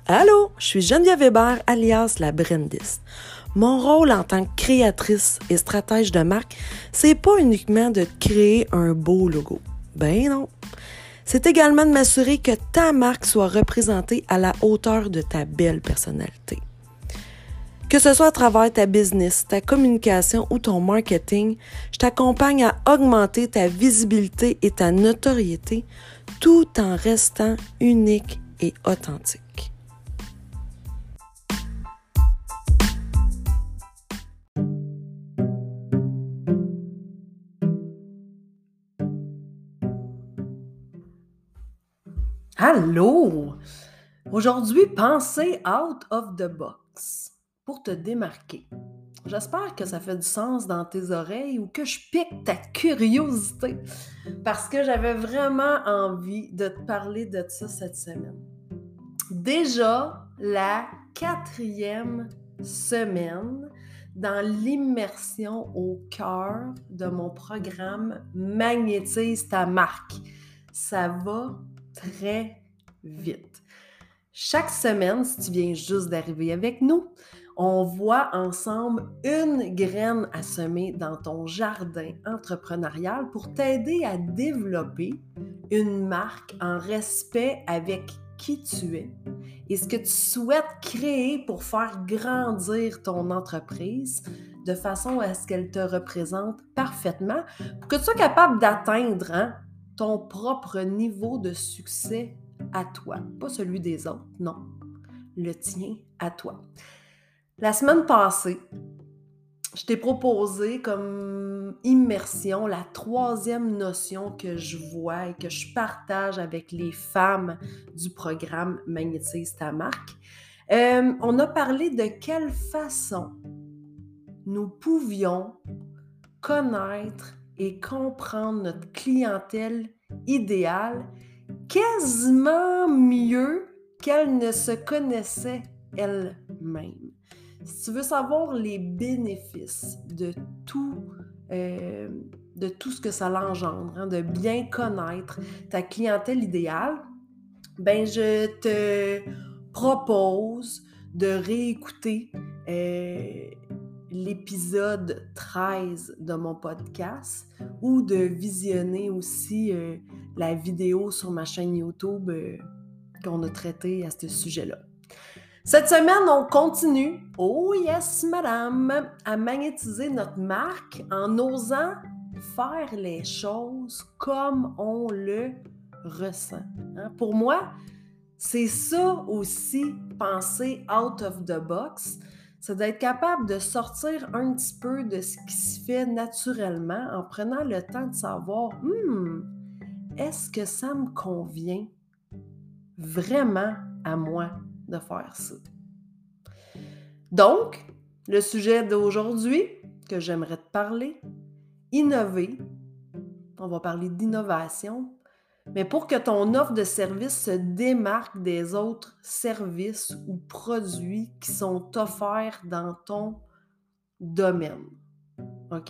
Allô, je suis Geneviève Hébert, alias la Brandiste. Mon rôle en tant que créatrice et stratège de marque, c'est pas uniquement de créer un beau logo. Ben non. C'est également de m'assurer que ta marque soit représentée à la hauteur de ta belle personnalité. Que ce soit à travers ta business, ta communication ou ton marketing, je t'accompagne à augmenter ta visibilité et ta notoriété tout en restant unique et authentique. Allô! Aujourd'hui, pensez out of the box pour te démarquer. J'espère que ça fait du sens dans tes oreilles ou que je pique ta curiosité parce que j'avais vraiment envie de te parler de ça cette semaine. Déjà, la 4e semaine dans l'immersion au cœur de mon programme Magnétise ta marque. Ça va très vite. Chaque semaine, si tu viens juste d'arriver avec nous, on voit ensemble une graine à semer dans ton jardin entrepreneurial pour t'aider à développer une marque en respect avec qui tu es et ce que tu souhaites créer pour faire grandir ton entreprise de façon à ce qu'elle te représente parfaitement pour que tu sois capable d'atteindre ton propre niveau de succès à toi, pas celui des autres, non, le tien à toi. La semaine passée, je t'ai proposé comme immersion la 3e notion que je vois et que je partage avec les femmes du programme Magnétise ta marque. On a parlé de quelle façon nous pouvions connaître et comprendre notre clientèle idéale quasiment mieux qu'elle ne se connaissait elle-même. Si tu veux savoir les bénéfices de tout ce que ça l'engendre, de bien connaître ta clientèle idéale, ben je te propose de réécouter l'épisode 13 de mon podcast ou de visionner aussi la vidéo sur ma chaîne YouTube qu'on a traitée à ce sujet-là. Cette semaine, on continue, oh yes madame, à magnétiser notre marque en osant faire les choses comme on le ressent. Pour moi, c'est ça aussi, penser out of the box. C'est d'être capable de sortir un petit peu de ce qui se fait naturellement en prenant le temps de savoir est-ce que ça me convient vraiment à moi de faire ça? Donc, le sujet d'aujourd'hui que j'aimerais te parler, innover. On va parler d'innovation. Mais pour que ton offre de service se démarque des autres services ou produits qui sont offerts dans ton domaine. OK?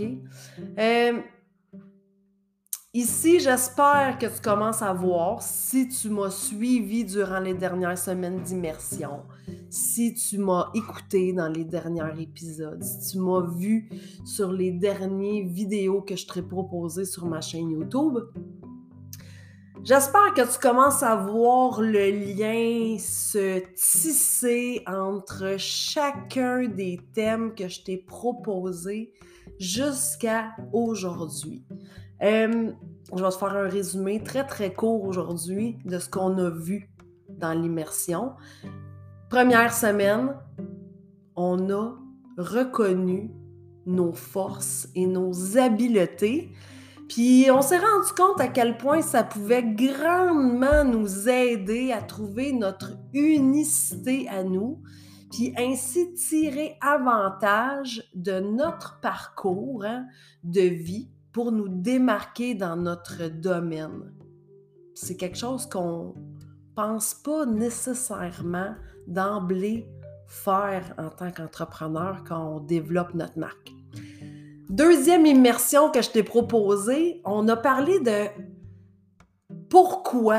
Ici, j'espère que tu commences à voir, si tu m'as suivi durant les dernières semaines d'immersion, si tu m'as écouté dans les derniers épisodes, si tu m'as vu sur les dernières vidéos que je t'ai proposées sur ma chaîne YouTube, j'espère que tu commences à voir le lien se tisser entre chacun des thèmes que je t'ai proposés jusqu'à aujourd'hui. Je vais te faire un résumé très très court aujourd'hui de ce qu'on a vu dans l'immersion. Première semaine, on a reconnu nos forces et nos habiletés. Puis on s'est rendu compte à quel point ça pouvait grandement nous aider à trouver notre unicité à nous, puis ainsi tirer avantage de notre parcours de vie pour nous démarquer dans notre domaine. C'est quelque chose qu'on pense pas nécessairement d'emblée faire en tant qu'entrepreneur quand on développe notre marque. 2e immersion que je t'ai proposée, on a parlé de pourquoi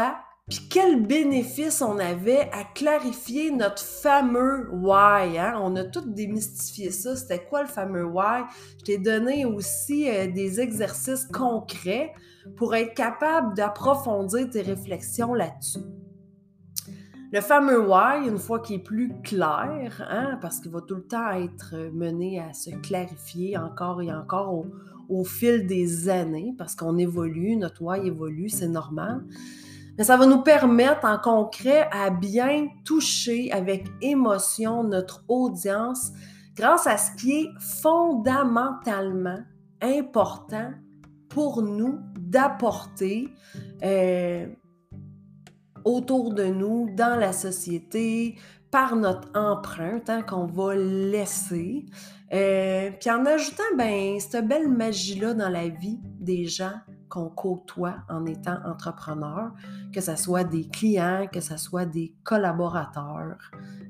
Puis quel bénéfice on avait à clarifier notre fameux why, hein? On a tout démystifié ça. C'était quoi le fameux why? Je t'ai donné aussi des exercices concrets pour être capable d'approfondir tes réflexions là-dessus. Le fameux why, une fois qu'il est plus clair, hein, parce qu'il va tout le temps être mené à se clarifier encore et encore au fil des années, parce qu'on évolue, notre why évolue, c'est normal. Mais ça va nous permettre en concret à bien toucher avec émotion notre audience grâce à ce qui est fondamentalement important pour nous d'apporter autour de nous, dans la société, par notre empreinte qu'on va laisser. Puis en ajoutant cette belle magie-là dans la vie des gens qu'on côtoie en étant entrepreneur, que ce soit des clients, que ce soit des collaborateurs.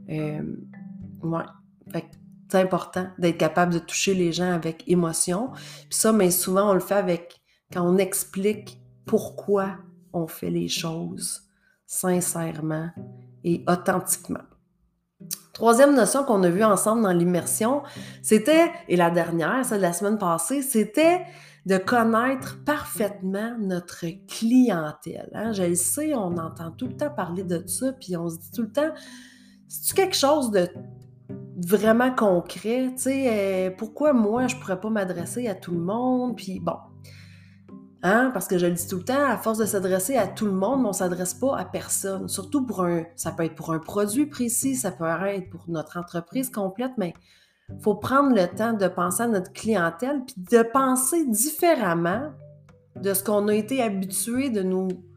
Ouais. Fait que c'est important d'être capable de toucher les gens avec émotion. Puis ça, mais souvent, on le fait quand on explique pourquoi on fait les choses sincèrement et authentiquement. Troisième notion qu'on a vue ensemble dans l'immersion, c'était, et la dernière, celle de la semaine passée, c'était de connaître parfaitement notre clientèle. Hein? Je le sais, on entend tout le temps parler de ça, puis on se dit tout le temps, c'est-tu quelque chose de vraiment concret? Tu sais, pourquoi moi, je pourrais pas m'adresser à tout le monde? Puis bon, hein? Parce que je le dis tout le temps, à force de s'adresser à tout le monde, on ne s'adresse pas à personne. Surtout ça peut être pour un produit précis, ça peut être pour notre entreprise complète, mais il faut prendre le temps de penser à notre clientèle puis de penser différemment de ce qu'on a été habitué de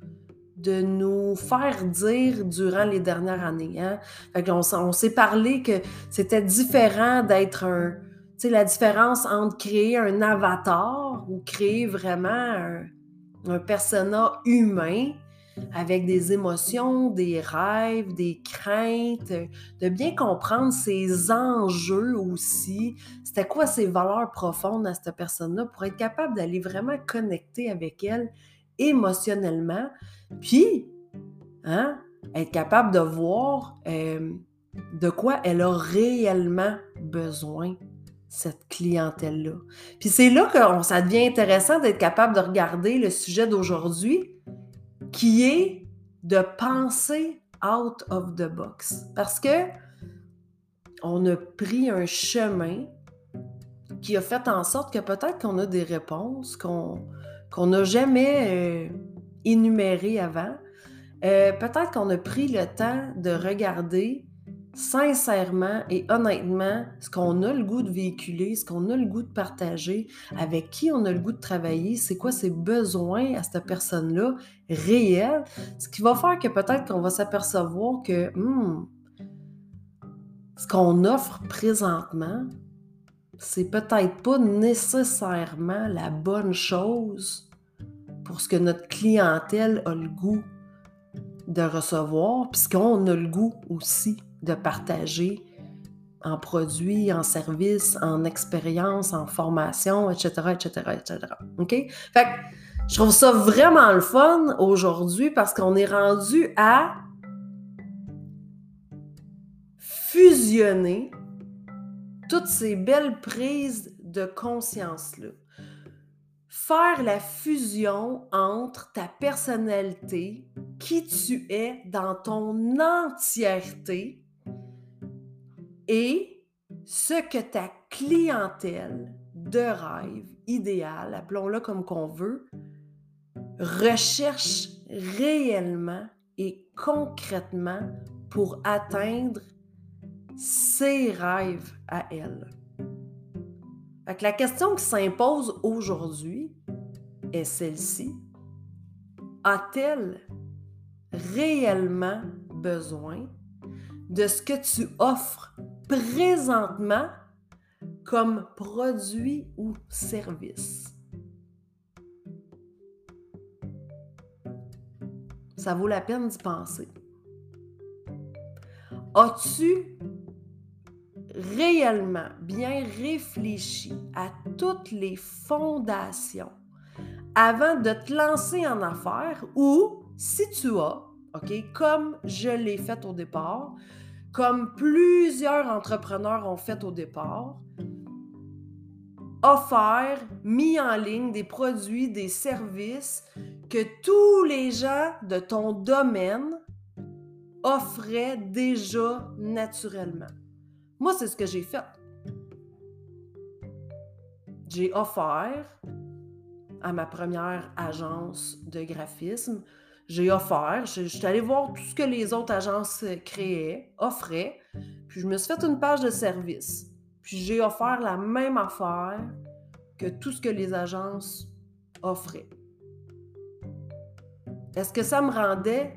nous faire dire durant les dernières années. Hein? Fait qu'on on s'est parlé que c'était différent d'être tu sais, la différence entre créer un avatar ou créer vraiment un persona humain avec des émotions, des rêves, des craintes, de bien comprendre ses enjeux aussi. C'était quoi ses valeurs profondes à cette personne-là pour être capable d'aller vraiment connecter avec elle émotionnellement, puis hein, être capable de voir de quoi elle a réellement besoin, cette clientèle-là. Puis c'est là que ça devient intéressant d'être capable de regarder le sujet d'aujourd'hui, qui est de penser out of the box. Parce que on a pris un chemin qui a fait en sorte que peut-être qu'on a des réponses qu'on n'a jamais énumérées avant. Peut-être qu'on a pris le temps de regarder sincèrement et honnêtement ce qu'on a le goût de véhiculer, ce qu'on a le goût de partager, avec qui on a le goût de travailler, c'est quoi ses besoins à cette personne-là réels, ce qui va faire que peut-être qu'on va s'apercevoir que ce qu'on offre présentement, c'est peut-être pas nécessairement la bonne chose pour ce que notre clientèle a le goût de recevoir, puis ce qu'on a le goût aussi de partager en produits, en services, en expériences, en formation, etc., etc., etc. OK? Fait que je trouve ça vraiment le fun aujourd'hui parce qu'on est rendu à fusionner toutes ces belles prises de conscience-là. Faire la fusion entre ta personnalité, qui tu es dans ton entièreté et ce que ta clientèle de rêve idéale, appelons-le comme qu'on veut, recherche réellement et concrètement pour atteindre ses rêves à elle. Fait que la question qui s'impose aujourd'hui est celle-ci. A-t-elle réellement besoin de ce que tu offres présentement comme produit ou service? Ça vaut la peine d'y penser. As-tu réellement bien réfléchi à toutes les fondations avant de te lancer en affaires ou, si tu as, OK? Comme je l'ai fait au départ, comme plusieurs entrepreneurs ont fait au départ, offert, mis en ligne des produits, des services que tous les gens de ton domaine offraient déjà naturellement. Moi, c'est ce que j'ai fait. J'ai offert à ma première agence de graphisme, je suis allée voir tout ce que les autres agences créaient, offraient, puis je me suis fait une page de service. Puis j'ai offert la même affaire que tout ce que les agences offraient. Est-ce que ça me rendait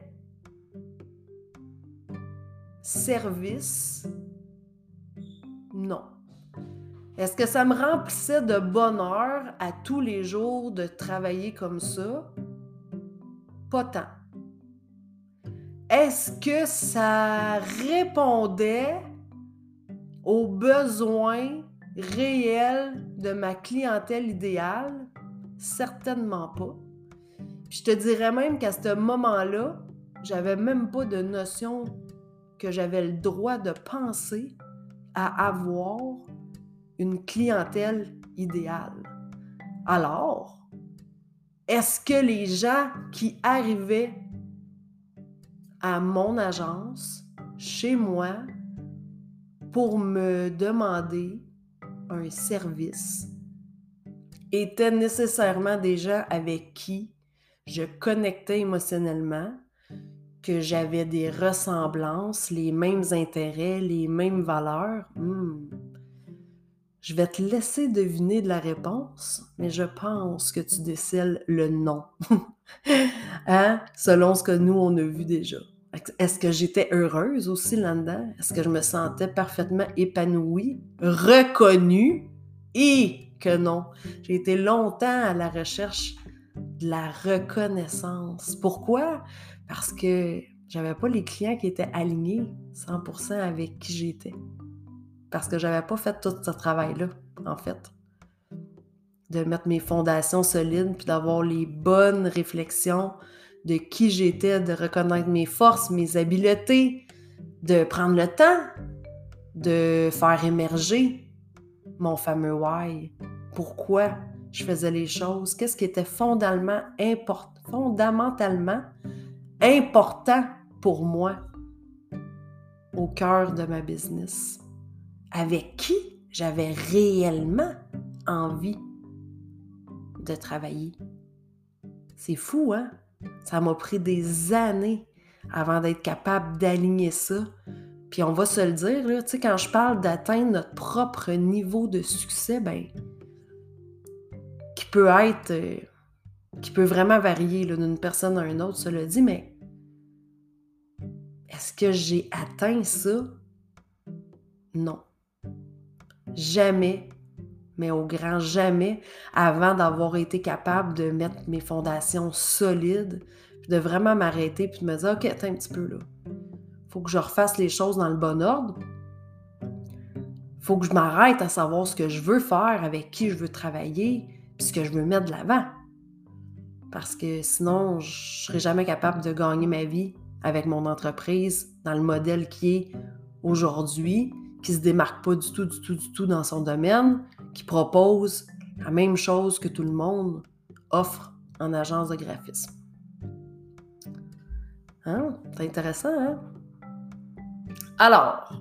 service? Non. Est-ce que ça me remplissait de bonheur à tous les jours de travailler comme ça? Pas tant. Est-ce que ça répondait aux besoins réels de ma clientèle idéale? Certainement pas. Puis je te dirais même qu'à ce moment-là, j'avais même pas de notion que j'avais le droit de penser à avoir une clientèle idéale. Alors, est-ce que les gens qui arrivaient à mon agence, chez moi, pour me demander un service, étaient nécessairement des gens avec qui je connectais émotionnellement, que j'avais des ressemblances, les mêmes intérêts, les mêmes valeurs? Je vais te laisser deviner de la réponse, mais je pense que tu décèles le non. Hein? Selon ce que nous, on a vu déjà. Est-ce que j'étais heureuse aussi là-dedans? Est-ce que je me sentais parfaitement épanouie, reconnue? Et que non. J'ai été longtemps à la recherche de la reconnaissance. Pourquoi? Parce que j'avais pas les clients qui étaient alignés 100% avec qui j'étais. Parce que j'avais pas fait tout ce travail-là, en fait. De mettre mes fondations solides, puis d'avoir les bonnes réflexions de qui j'étais, de reconnaître mes forces, mes habiletés, de prendre le temps de faire émerger mon fameux why. Pourquoi je faisais les choses? Qu'est-ce qui était fondamentalement important pour moi au cœur de ma business? Avec qui j'avais réellement envie de travailler. C'est fou, hein? Ça m'a pris des années avant d'être capable d'aligner ça. Puis on va se le dire, là, tu sais, quand je parle d'atteindre notre propre niveau de succès, ben, qui peut être, qui peut vraiment varier là, d'une personne à une autre, cela dit, mais est-ce que j'ai atteint ça? Non. Jamais, mais au grand jamais, avant d'avoir été capable de mettre mes fondations solides, puis de vraiment m'arrêter puis de me dire, OK, attends un petit peu là. Faut que je refasse les choses dans le bon ordre. Faut que je m'arrête à savoir ce que je veux faire, avec qui je veux travailler, puis ce que je veux mettre de l'avant. Parce que sinon, je serai jamais capable de gagner ma vie avec mon entreprise dans le modèle qui est aujourd'hui, qui se démarque pas du tout dans son domaine, qui propose la même chose que tout le monde offre en agence de graphisme. Hein? C'est intéressant, hein? Alors,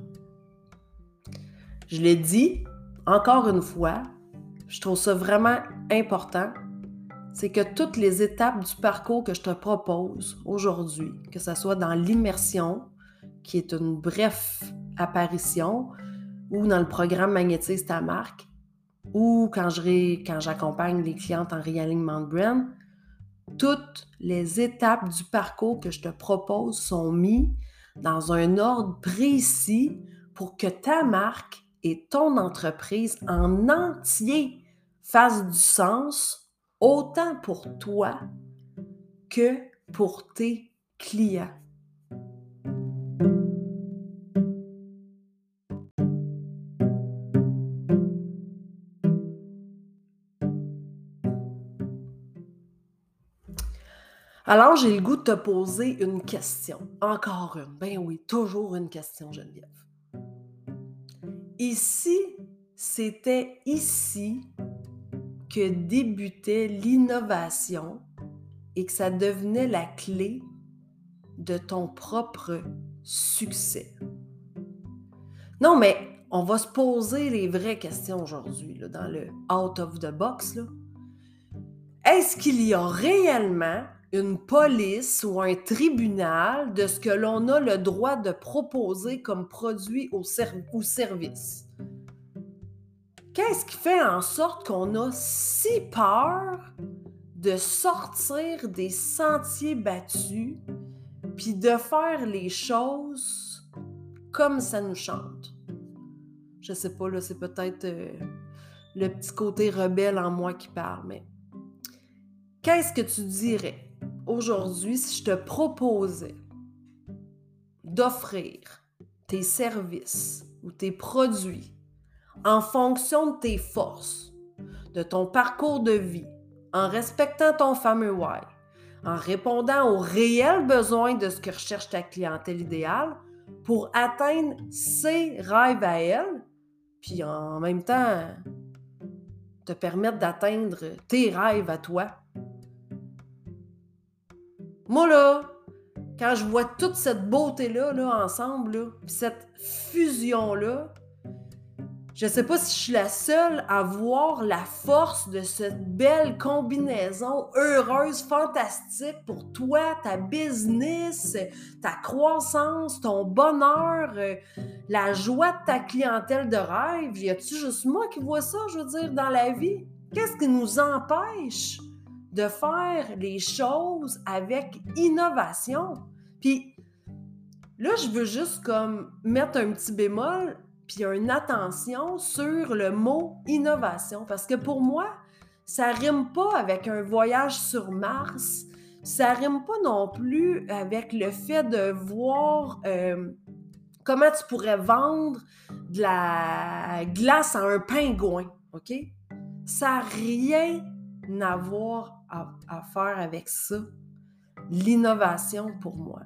je l'ai dit, encore une fois, je trouve ça vraiment important, c'est que toutes les étapes du parcours que je te propose aujourd'hui, que ce soit dans l'immersion, qui est une brève apparition, ou dans le programme Magnétise ta marque, ou quand j'accompagne les clientes en réalignement de brand, toutes les étapes du parcours que je te propose sont mises dans un ordre précis pour que ta marque et ton entreprise en entier fassent du sens, autant pour toi que pour tes clients. Alors, j'ai le goût de te poser une question. Encore une. Ben oui, toujours une question, Geneviève. Et si c'était ici que débutait l'innovation et que ça devenait la clé de ton propre succès? Non, mais on va se poser les vraies questions aujourd'hui, là, dans le out of the box, là. Est-ce qu'il y a réellement une police ou un tribunal de ce que l'on a le droit de proposer comme produit ou service? Qu'est-ce qui fait en sorte qu'on a si peur de sortir des sentiers battus puis de faire les choses comme ça nous chante? Je sais pas, là, c'est peut-être le petit côté rebelle en moi qui parle, mais qu'est-ce que tu dirais aujourd'hui si je te proposais d'offrir tes services ou tes produits en fonction de tes forces, de ton parcours de vie, en respectant ton fameux why, en répondant aux réels besoins de ce que recherche ta clientèle idéale pour atteindre ses rêves à elle, puis en même temps te permettre d'atteindre tes rêves à toi. Moi, là, quand je vois toute cette beauté-là là, ensemble, là, puis cette fusion-là, je sais pas si je suis la seule à voir la force de cette belle combinaison heureuse, fantastique pour toi, ta business, ta croissance, ton bonheur, la joie de ta clientèle de rêve. Y a-tu juste moi qui vois ça, je veux dire, dans la vie? Qu'est-ce qui nous empêche de faire les choses avec innovation? Puis là, je veux juste comme mettre un petit bémol puis une attention sur le mot innovation parce que pour moi, ça rime pas avec un voyage sur Mars, ça rime pas non plus avec le fait de voir comment tu pourrais vendre de la glace à un pingouin, OK? Ça n'a rien à voir à faire avec ça, l'innovation pour moi.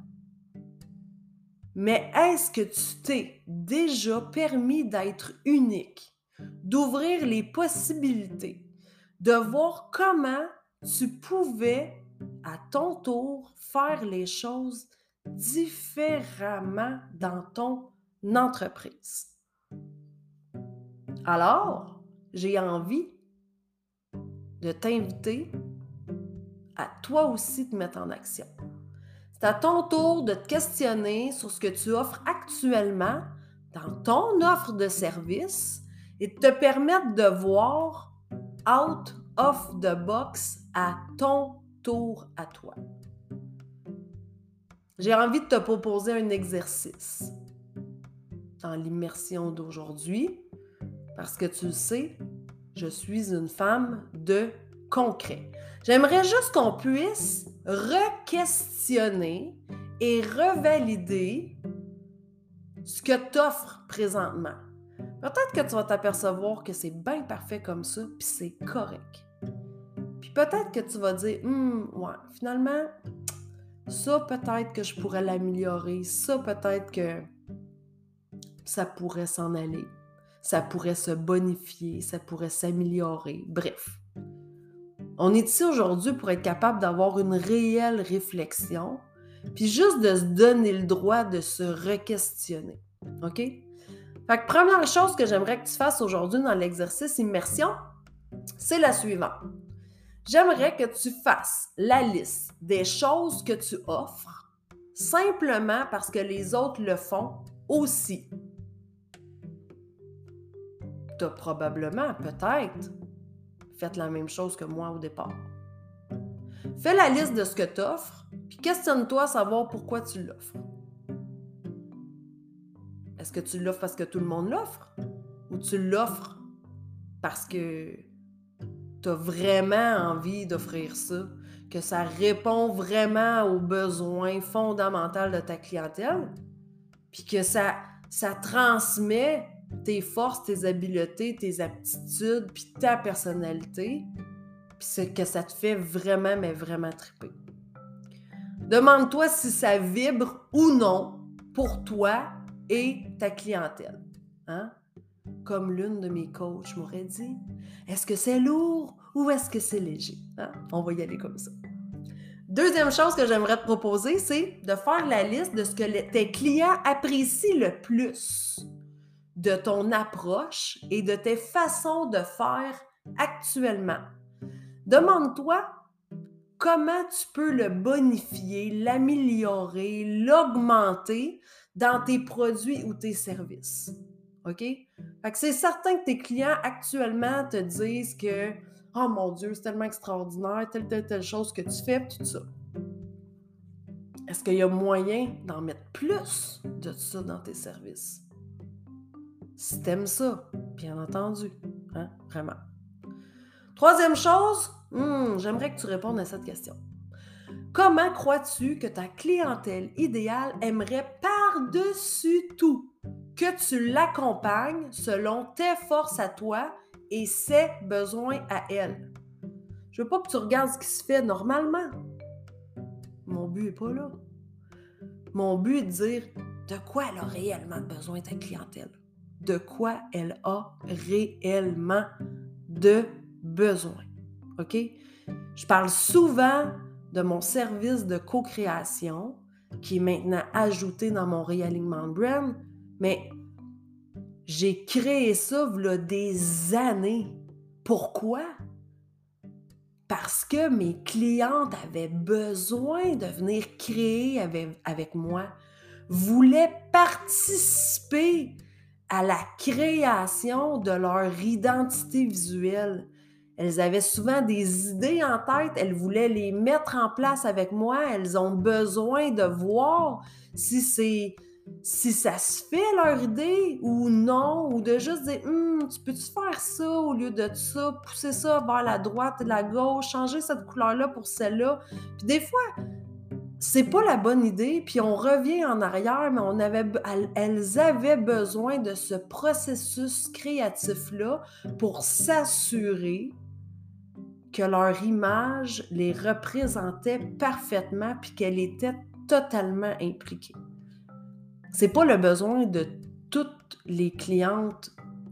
Mais est-ce que tu t'es déjà permis d'être unique, d'ouvrir les possibilités, de voir comment tu pouvais, à ton tour, faire les choses différemment dans ton entreprise? Alors, j'ai envie de t'inviter à toi aussi te mettre en action. C'est à ton tour de te questionner sur ce que tu offres actuellement dans ton offre de service et de te permettre de voir out of the box à ton tour à toi. J'ai envie de te proposer un exercice dans l'immersion d'aujourd'hui parce que tu le sais, je suis une femme de concret. J'aimerais juste qu'on puisse re-questionner et revalider ce que tu offres présentement. Peut-être que tu vas t'apercevoir que c'est bien parfait comme ça, puis c'est correct. Puis peut-être que tu vas dire, ouais, finalement, ça peut-être que je pourrais l'améliorer, ça peut-être que ça pourrait s'en aller, ça pourrait se bonifier, ça pourrait s'améliorer, bref. On est ici aujourd'hui pour être capable d'avoir une réelle réflexion, puis juste de se donner le droit de se re-questionner. OK? Fait que première chose que j'aimerais que tu fasses aujourd'hui dans l'exercice immersion, c'est la suivante. J'aimerais que tu fasses la liste des choses que tu offres simplement parce que les autres le font aussi. Tu as probablement, peut-être, fait la même chose que moi au départ. Fais la liste de ce que tu offres, puis questionne-toi à savoir pourquoi tu l'offres. Est-ce que tu l'offres parce que tout le monde l'offre? Ou tu l'offres parce que tu as vraiment envie d'offrir ça? Que ça répond vraiment aux besoins fondamentaux de ta clientèle? Puis que ça transmet tes forces, tes habiletés, tes aptitudes, puis ta personnalité, puis que ça te fait vraiment, mais vraiment triper. Demande-toi si ça vibre ou non pour toi et ta clientèle. Hein? Comme l'une de mes coachs m'aurait dit, est-ce que c'est lourd ou est-ce que c'est léger? Hein? On va y aller comme ça. Deuxième chose que j'aimerais te proposer, c'est de faire la liste de ce que tes clients apprécient le plus de ton approche et de tes façons de faire actuellement. Demande-toi comment tu peux le bonifier, l'améliorer, l'augmenter dans tes produits ou tes services. OK? Fait que c'est certain que tes clients actuellement te disent que « Oh mon Dieu, c'est tellement extraordinaire, telle chose que tu fais, tout ça. » Est-ce qu'il y a moyen d'en mettre plus de ça dans tes services? Si t'aimes ça, bien entendu. Hein? Vraiment. Troisième chose, j'aimerais que tu répondes à cette question. Comment crois-tu que ta clientèle idéale aimerait par-dessus tout que tu l'accompagnes selon tes forces à toi et ses besoins à elle? Je veux pas que tu regardes ce qui se fait normalement. Mon but n'est pas là. Mon but est de dire de quoi elle a réellement besoin ta clientèle. De quoi elle a réellement de besoin. OK? Je parle souvent de mon service de co-création qui est maintenant ajouté dans mon réalignement de brand, mais j'ai créé ça il y a des années. Pourquoi? Parce que mes clientes avaient besoin de venir créer avec moi, voulaient participer à la création de leur identité visuelle. Elles avaient souvent des idées en tête, elles voulaient les mettre en place avec moi, elles ont besoin de voir si ça se fait leur idée ou non, ou de juste dire tu peux-tu faire ça au lieu de ça, pousser ça vers la droite et la gauche, changer cette couleur-là pour celle-là. Puis des fois, c'est pas la bonne idée, puis on revient en arrière, mais elles avaient besoin de ce processus créatif-là pour s'assurer que leur image les représentait parfaitement puis qu'elle était totalement impliquée. C'est pas le besoin de toutes les clientes,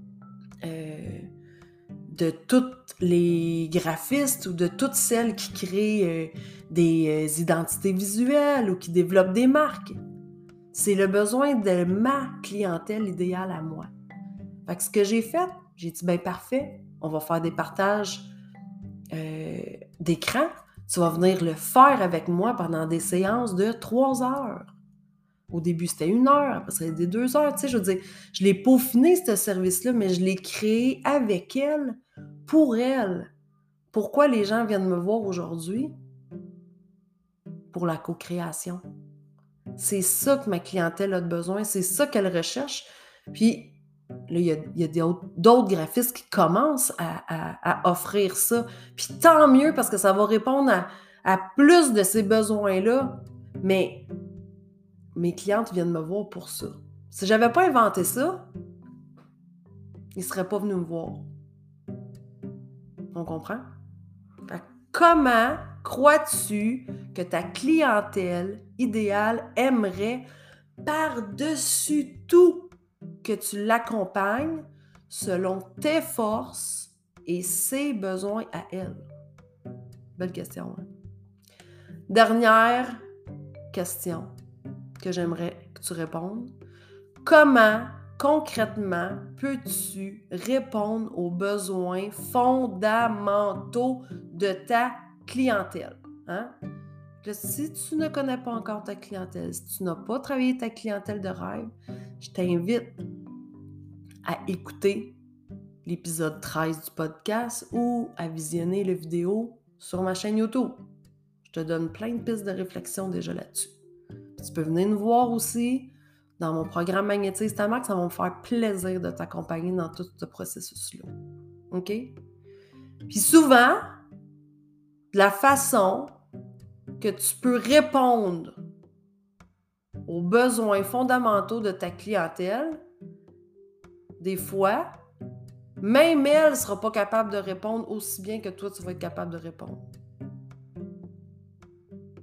de toutes les graphistes ou de toutes celles qui créent des identités visuelles ou qui développent des marques. C'est le besoin de ma clientèle idéale à moi. Fait que ce que j'ai fait, j'ai dit, ben parfait, on va faire des partages d'écran. Tu vas venir le faire avec moi pendant des séances de 3 heures. Au début, c'était 1 heure, après, ça a été 2 heures. Tu sais, je veux dire, je l'ai peaufiné, ce service-là, mais je l'ai créé avec elle, pour elle. Pourquoi les gens viennent me voir aujourd'hui? Pour la co-création. C'est ça que ma clientèle a besoin, c'est ça qu'elle recherche. Puis, là, il y a d'autres graphistes qui commencent à offrir ça. Puis tant mieux, parce que ça va répondre à plus de ces besoins-là. Mais mes clientes viennent me voir pour ça. Si j'avais pas inventé ça, ils seraient pas venus me voir. On comprend? Fait que comment crois-tu que ta clientèle idéale aimerait par-dessus tout que tu l'accompagnes selon tes forces et ses besoins à elle? Belle question, hein? Dernière question que j'aimerais que tu répondes. Comment, concrètement, peux-tu répondre aux besoins fondamentaux de ta clientèle? Hein? Si tu ne connais pas encore ta clientèle, si tu n'as pas travaillé ta clientèle de rêve, je t'invite à écouter l'épisode 13 du podcast ou à visionner la vidéo sur ma chaîne YouTube. Je te donne plein de pistes de réflexion déjà là-dessus. Puis tu peux venir nous voir aussi dans mon programme Magnétise ta marque. Ça va me faire plaisir de t'accompagner dans tout ce processus-là. OK? Puis souvent, la façon que tu peux répondre aux besoins fondamentaux de ta clientèle, des fois, même elle ne sera pas capable de répondre aussi bien que toi, tu vas être capable de répondre.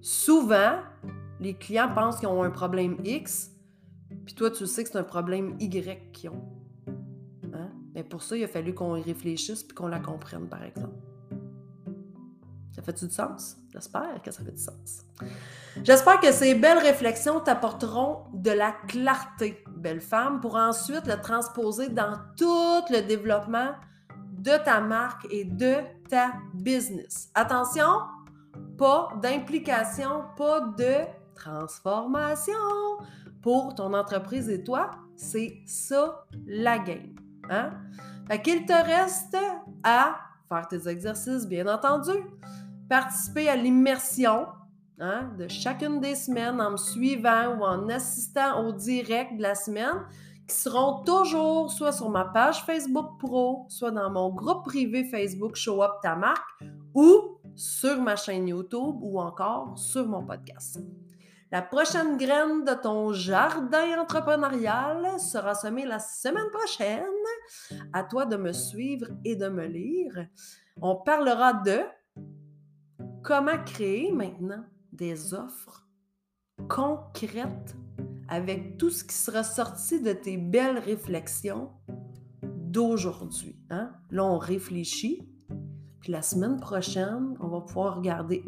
Souvent, les clients pensent qu'ils ont un problème X, puis toi, tu sais que c'est un problème Y qu'ils ont. Hein? Mais pour ça, il a fallu qu'on y réfléchisse puis qu'on la comprenne, par exemple. Ça fait-tu du sens? J'espère que ça fait du sens. J'espère que ces belles réflexions t'apporteront de la clarté, belle femme, pour ensuite le transposer dans tout le développement de ta marque et de ta business. Attention, pas d'implication, pas de transformation pour ton entreprise et toi. C'est ça la game. Hein? Fait qu'il te reste à faire tes exercices, bien entendu, participer à l'immersion de chacune des semaines en me suivant ou en assistant au direct de la semaine, qui seront toujours soit sur ma page Facebook Pro, soit dans mon groupe privé Facebook Show Up Ta Marque, ou sur ma chaîne YouTube, ou encore sur mon podcast. La prochaine graine de ton jardin entrepreneurial sera semée la semaine prochaine. À toi de me suivre et de me lire. On parlera de comment créer maintenant des offres concrètes avec tout ce qui sera sorti de tes belles réflexions d'aujourd'hui. Hein? Là, on réfléchit. Puis la semaine prochaine, on va pouvoir regarder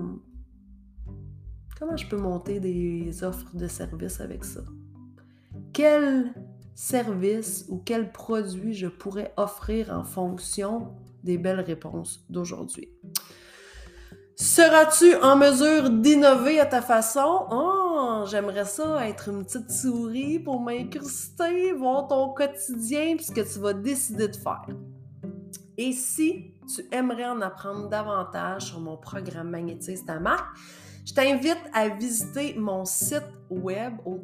comment je peux monter des offres de services avec ça. Quel service ou quel produit je pourrais offrir en fonction des belles réponses d'aujourd'hui. Seras-tu en mesure d'innover à ta façon? Oh, j'aimerais ça être une petite souris pour m'incruster, voir ton quotidien et ce que tu vas décider de faire. Et si tu aimerais en apprendre davantage sur mon programme Magnétise ta marque, je t'invite à visiter mon site web au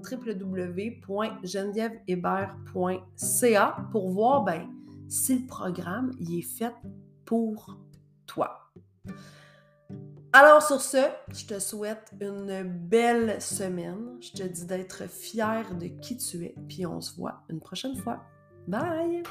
www.genevièvehébert.ca pour voir si le programme il est fait pour toi. Alors sur ce, je te souhaite une belle semaine. Je te dis d'être fière de qui tu es, puis on se voit une prochaine fois. Bye!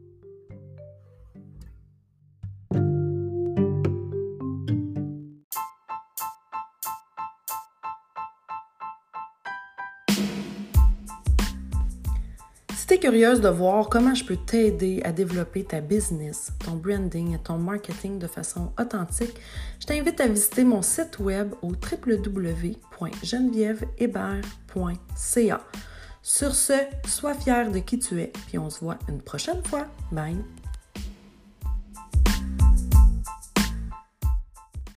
Si tu es curieuse de voir comment je peux t'aider à développer ta business, ton branding et ton marketing de façon authentique, je t'invite à visiter mon site web au www.genevièvehébert.ca. Sur ce, sois fière de qui tu es, puis on se voit une prochaine fois. Bye!